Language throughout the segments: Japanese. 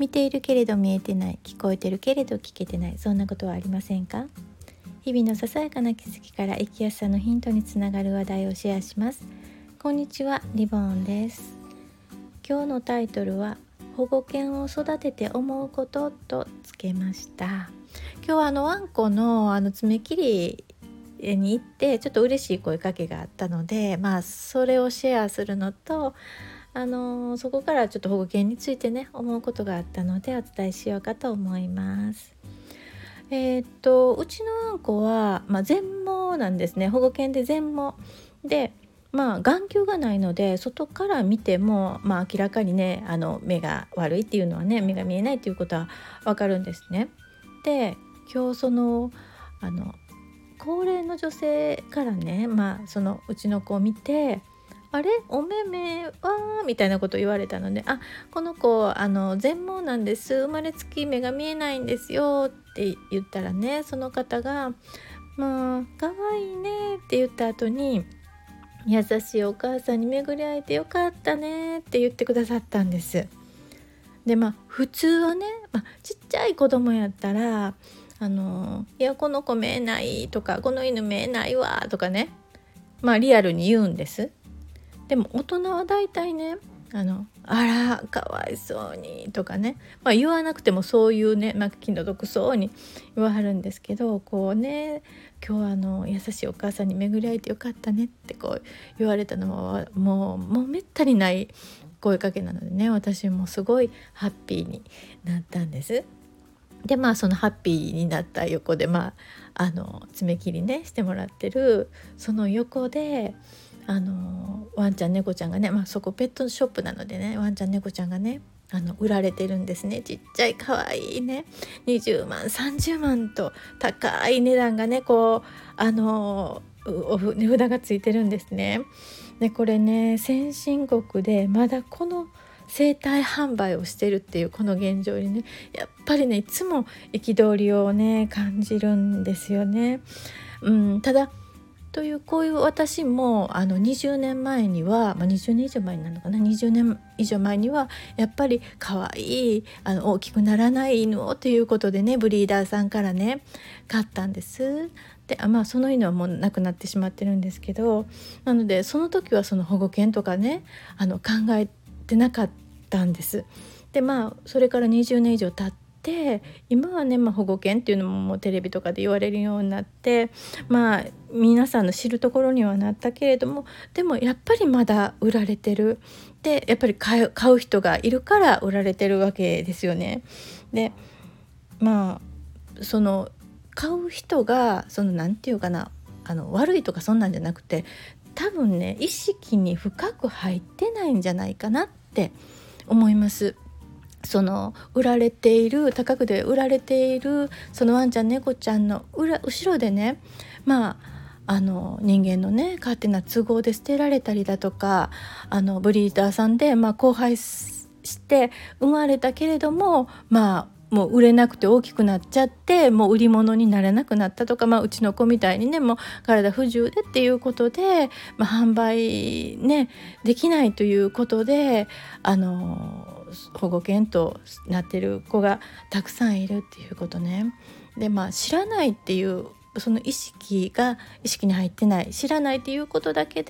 見ているけれど見えてない、聞こえてるけれど聞けてない、そんなことはありませんか？日々のささやかな気づきから生きやすさのヒントにつながる話題をシェアします。こんにちは、リボンです。今日のタイトルは保護犬を育てて思うこととつけました。今日はワンコの爪切りに行ってちょっと嬉しい声かけがあったので、それをシェアするのとそこからちょっと保護犬についてね思うことがあったのでお伝えしようかと思います。うちのワンコは、全盲なんですね。保護犬で全盲で、眼球がないので外から見ても、明らかにね目が悪いっていうのはね、目が見えないっていうことはわかるんですね。で今日高齢の女性からね、そのうちの子を見て、あれお目目はみたいなこと言われたので、この子全盲なんです、生まれつき目が見えないんですよって言ったらね、その方がかわいいねって言った後に、優しいお母さんに巡り会えてよかったねって言ってくださったんです。で普通はね、ちっちゃい子供やったらいやこの子見えないとか、この犬見えないわとかね、リアルに言うんです。でも大人はだいたいねあらかわいそうにとかね、言わなくてもそういうね、気の毒そうに言わはるんですけど、こうね、今日優しいお母さんに巡り会えてよかったねってこう言われたのはもうめったにない声かけなのでね、私もすごいハッピーになったんです。でそのハッピーになった横で爪切りねしてもらってるその横でワンちゃん猫ちゃんがね、そこペットショップなのでね、ワンちゃん猫ちゃんがね売られてるんですね。ちっちゃいかわいいね20万30万と高い値段がねこう値札がついてるんですね。でこれね、先進国でまだこの生体販売をしてるっていうこの現状にね、やっぱりねいつも憤りをね感じるんですよね。ただこういう私も20年前には、20年以上前になるのかな、20年以上前にはやっぱり可愛い大きくならない犬をということでね、ブリーダーさんからね買ったんです。でその犬はもう亡くなってしまってるんですけど、なのでその時はその保護犬とかね考えてなかったんです。でそれから20年以上経って今はね、保護犬っていうのももうテレビとかで言われるようになって、皆さんの知るところにはなったけれども、でもやっぱりまだ売られてる。でやっぱり買う人がいるから売られてるわけですよね。でその買う人がなんていうかな、悪いとかそんなんじゃなくて、多分ね意識に深く入ってないんじゃないかなって思います。売られている高くで売られているそのワンちゃん猫ちゃんの後ろでね、人間のね勝手な都合で捨てられたりだとか、ブリーダーさんで交配して生まれたけれどももう売れなくて大きくなっちゃって、もう売り物になれなくなったとか、うちの子みたいにねもう体不自由でっていうことで、販売ねできないということで保護犬となってる子がたくさんいるっていうことね。で知らないっていうその意識に入ってない、知らないっていうことだけで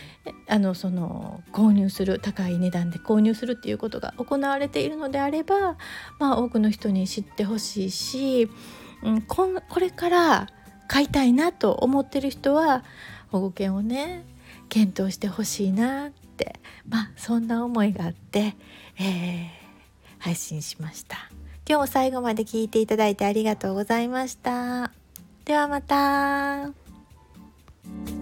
購入する、高い値段で購入するっていうことが行われているのであれば、多くの人に知ってほしいし、これから飼いたいなと思ってる人は保護犬をね検討してほしいなって、そんな思いがあって、配信しました。今日も最後まで聞いていただいてありがとうございました。ではまた。